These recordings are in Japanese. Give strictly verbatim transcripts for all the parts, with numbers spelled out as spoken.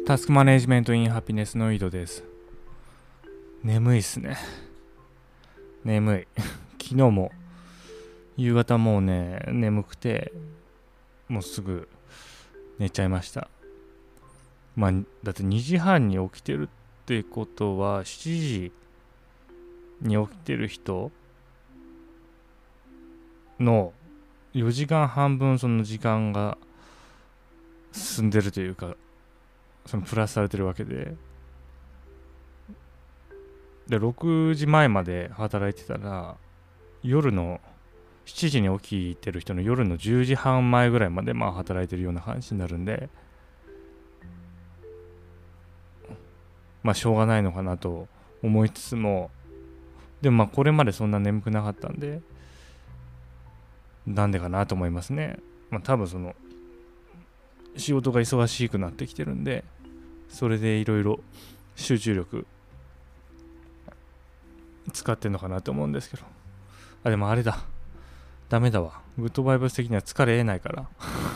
タスクマネジメントインハピネスの井戸です。眠いっすね。眠い。昨日も夕方もうね、眠くて、もうすぐ寝ちゃいました。まあ、だってにじはんに起きてるってことは、しちじに起きてる人のよじかんはんぶんその時間が進んでるというか、そのプラスされてるわけで、でろくじまえまで働いてたら、夜のしちじに起きてる人の夜のじゅうじはんまえぐらいまでまあ働いてるような感じになるんで、まあしょうがないのかなと思いつつも、でもまあこれまでそんな眠くなかったんで、なんでかなと思いますね。まあ多分その仕事が忙しくなってきてるんで、それでいろいろ集中力使ってんのかなと思うんですけど、あ、でもあれだ、ダメだわ、グッドバイブス的には疲れ得ないから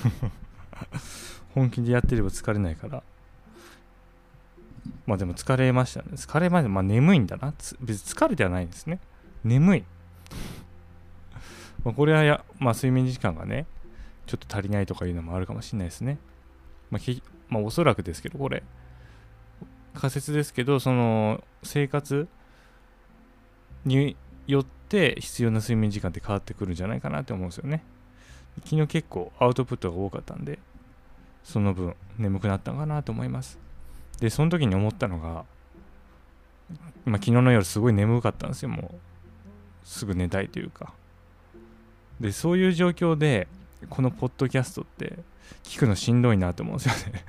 本気でやってれば疲れないから、まあでも疲れましたね。疲れました。まあ眠いんだな。別に疲れてはないんですね。眠い。まあこれはや、まあ睡眠時間がね、ちょっと足りないとかいうのもあるかもしれないですね。まあ、きまあ、おそらくですけど、これ、仮説ですけど、その生活によって必要な睡眠時間って変わってくるんじゃないかなって思うんですよね。昨日結構アウトプットが多かったんで、その分眠くなったのかなと思います。で、その時に思ったのが、まあ、昨日の夜すごい眠かったんですよ。もうすぐ寝たいというか。で、そういう状況でこのポッドキャストって聞くのしんどいなと思うんですよね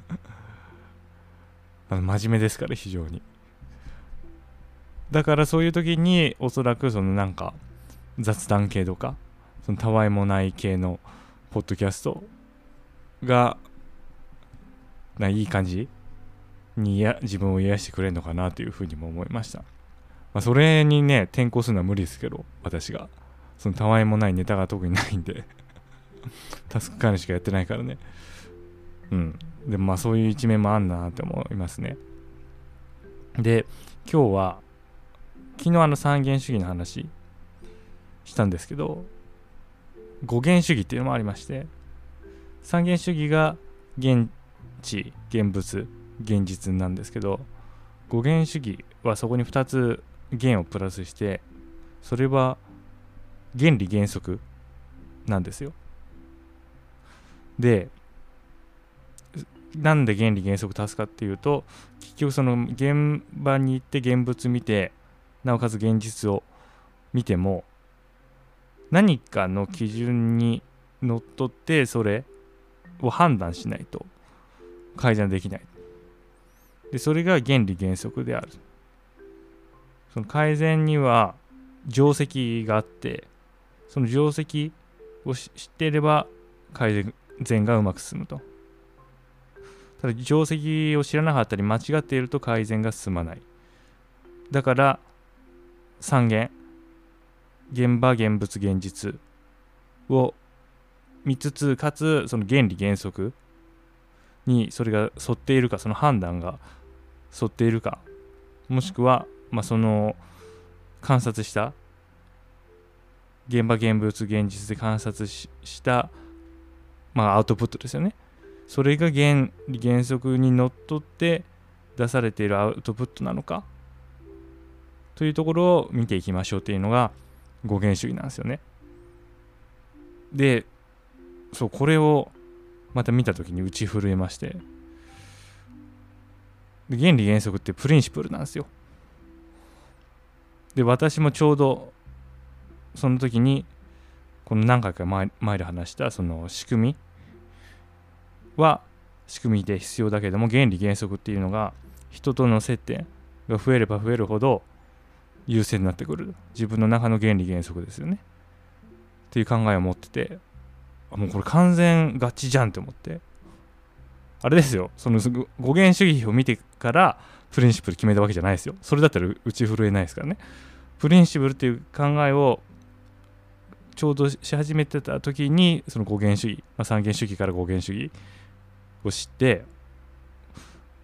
あの真面目ですから、非常に。だからそういう時におそらくそのなんか雑談系とか、そのたわいもない系のポッドキャストがないい感じにや自分を癒してくれるのかなというふうにも思いました。まあ、それにね転校するのは無理ですけど、私がそのたわいもないネタが特にないんでタスク管理しかやってないからね。うんでもまあそういう一面もあんなって思いますね。で、今日は昨日あの三元主義の話したんですけど、五元主義っていうのもありまして、三元主義が現地、現物、現実なんですけど、五元主義はそこにふたつ元をプラスして、それは原理原則なんですよ。で、なんで原理原則足すかっていうと、結局その現場に行って現物見て、なおかつ現実を見ても、何かの基準にのっとってそれを判断しないと改善できない。で、それが原理原則である。その改善には定石があって、その定石を知っていれば改善がうまく進むと。ただ定石を知らなかったり間違っていると改善が進まない。だから三元、現場現物現実を見つつ、かつその原理原則にそれが沿っているか、その判断が沿っているか、もしくは、まあ、その観察した現場現物現実で観察 し, した、まあ、アウトプットですよね。それが原理原則にのっとって出されているアウトプットなのかというところを見ていきましょうというのが五元主義なんですよね。で、そうこれをまた見たときに打ち震えまして、で原理原則ってプリンシプルなんですよ。で、私もちょうどその時にこの何回か 前, 前で話したその仕組みは仕組みで必要だけども、原理原則っていうのが人との接点が増えれば増えるほど優先になってくる、自分の中の原理原則ですよねっていう考えを持ってて、もうこれ完全合致じゃんって思って、あれですよ、その五元主義を見てからプリンシプル決めたわけじゃないですよ。それだったら打ち震えないですからね。プリンシプルっていう考えをちょうどし始めてた時に、その五元主義、まあ、三元主義から五元主義を知って、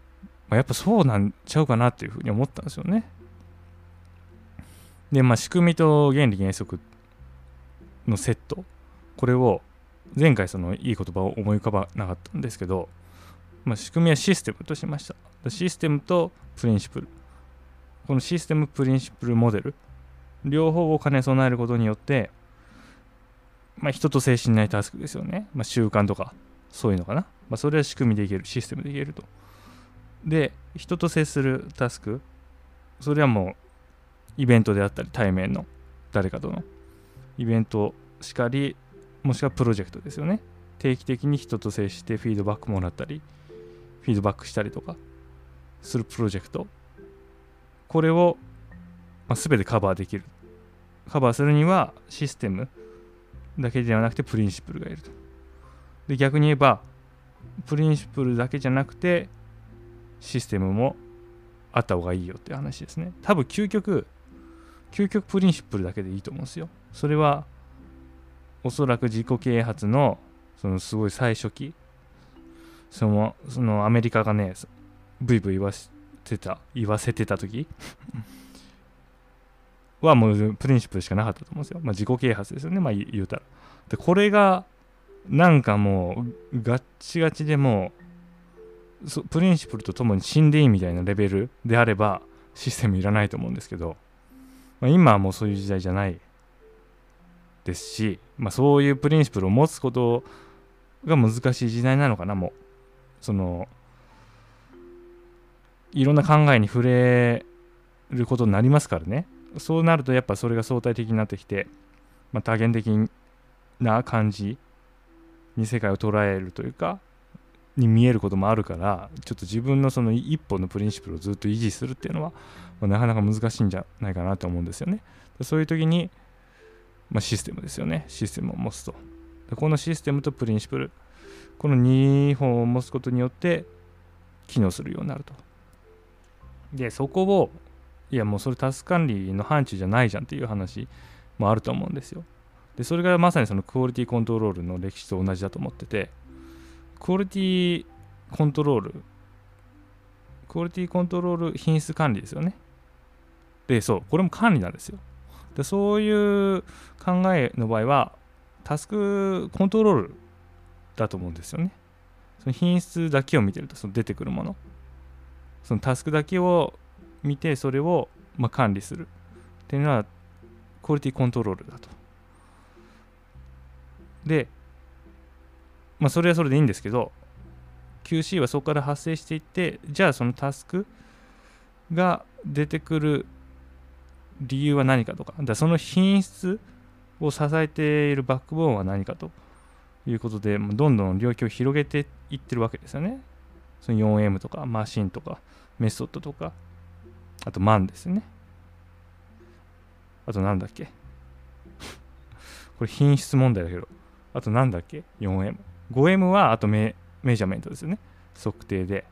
まあ、やっぱそうなんちゃうかなっていうふうに思ったんですよね。で、まあ、仕組みと原理原則のセット、これを前回そのいい言葉を思い浮かばなかったんですけど、まあ、仕組みはシステムとしました。システムとプリンシプル、このシステムプリンシプルモデル両方を兼ね備えることによって、まあ、人と精神ないタスクですよね、まあ、習慣とかそういうのかな、まあ、それは仕組みでいける、システムでいけると。で、人と接するタスク、それはもうイベントであったり対面の誰かとのイベントしかり、もしくはプロジェクトですよね。定期的に人と接してフィードバックもらったりフィードバックしたりとかするプロジェクト、これを、まあ、全てカバーできる。カバーするにはシステムだけではなくてプリンシプルがいると。で、逆に言えばプリンシプルだけじゃなくてシステムもあった方がいいよっていう話ですね。多分究極究極プリンシプルだけでいいと思うんですよ。それはおそらく自己啓発のそのすごい最初期、そのそのアメリカがねブイブイ言わせてた言わせてた時はもうプリンシプルしかなかったと思うんですよ。まあ自己啓発ですよね、まあ言うたら。で、これがなんかもうガッチガチでもうプリンシプルとともに死んでいいみたいなレベルであればシステムいらないと思うんですけど、まあ、今はもうそういう時代じゃないですし、まあ、そういうプリンシプルを持つことが難しい時代なのかな。もうそのいろんな考えに触れることになりますからね。そうなるとやっぱそれが相対的になってきて、まあ、多元的な感じに世界を捉えるというかに見えることもあるから、ちょっと自分のその一本のプリンシプルをずっと維持するっていうのは、まあ、なかなか難しいんじゃないかなと思うんですよね。そういう時に、まあ、システムですよね。システムを持つと。このシステムとプリンシプル、このにほんを持つことによって機能するようになると。で、そこをいやもうそれタスク管理の範疇じゃないじゃんっていう話もあると思うんですよ。で、それがまさにそのクオリティコントロールの歴史と同じだと思ってて、クオリティコントロール、クオリティコントロール品質管理ですよね。で、そう、これも管理なんですよ。で、そういう考えの場合はタスクコントロールだと思うんですよね。その品質だけを見てると、その出てくるもの、そのタスクだけを見てそれをまあ管理するっていうのはクオリティコントロールだと。で、まあそれはそれでいいんですけど、 キューシー はそこから発生していって、じゃあそのタスクが出てくる理由は何かとか、だその品質を支えているバックボーンは何かということで、どんどん領域を広げていってるわけですよね。その フォーエム とかマシンとかメソッドとか、あとマンですね。あとなんだっけこれ品質問題だけど、あとなんだっけ フォーエム。ファイブエム はあとメメジャーメントですよね。測定で。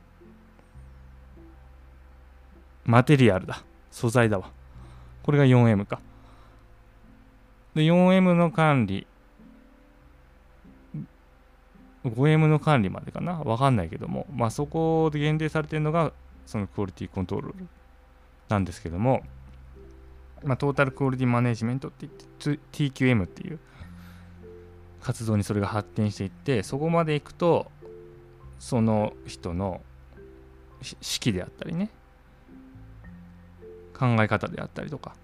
マテリアルだ。素材だわ。これが フォーエム か。で、フォーエム の管理。フォーエム の管理までかなわかんないけども、まあそこで限定されているのがそのクオリティコントロールなんですけども、まあトータルクオリティマネジメントって言って ティーキューエム っていう活動にそれが発展していって、そこまでいくとその人の指揮であったりね、考え方であったりとか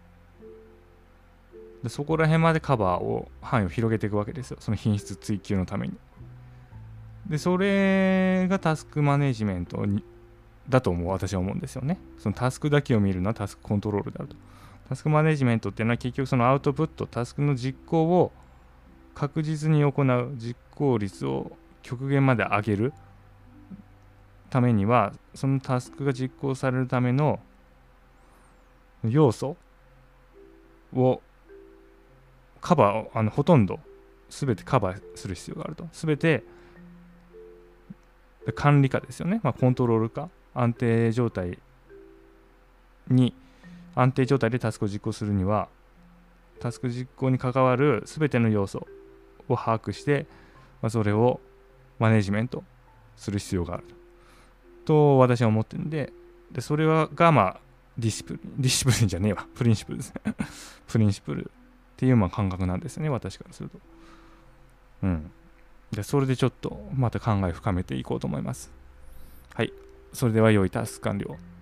で、そこら辺までカバーを範囲を広げていくわけですよ、その品質追求のために。で、それがタスクマネジメントにだと思う、私は思うんですよね。そのタスクだけを見るのはタスクコントロールであると。タスクマネジメントっていうのは結局そのアウトプット、タスクの実行を確実に行う、実行率を極限まで上げるためには、そのタスクが実行されるための要素をカバー、あのほとんど全てカバーする必要があると。全て管理下ですよね。まあ、コントロール下、安定状態に安定状態でタスクを実行するには、タスク実行に関わる全ての要素を把握して、まあ、それをマネジメントする必要がある。 と私は思ってるんで、でそれはがまあディシプリン、ディシプリンじゃねえわ、プリンシプルですね。プリンシプルっていうまあ感覚なんですね、私からすると。うん。で、それでちょっとまた考え深めていこうと思います。はい。それでは良いタスク完了。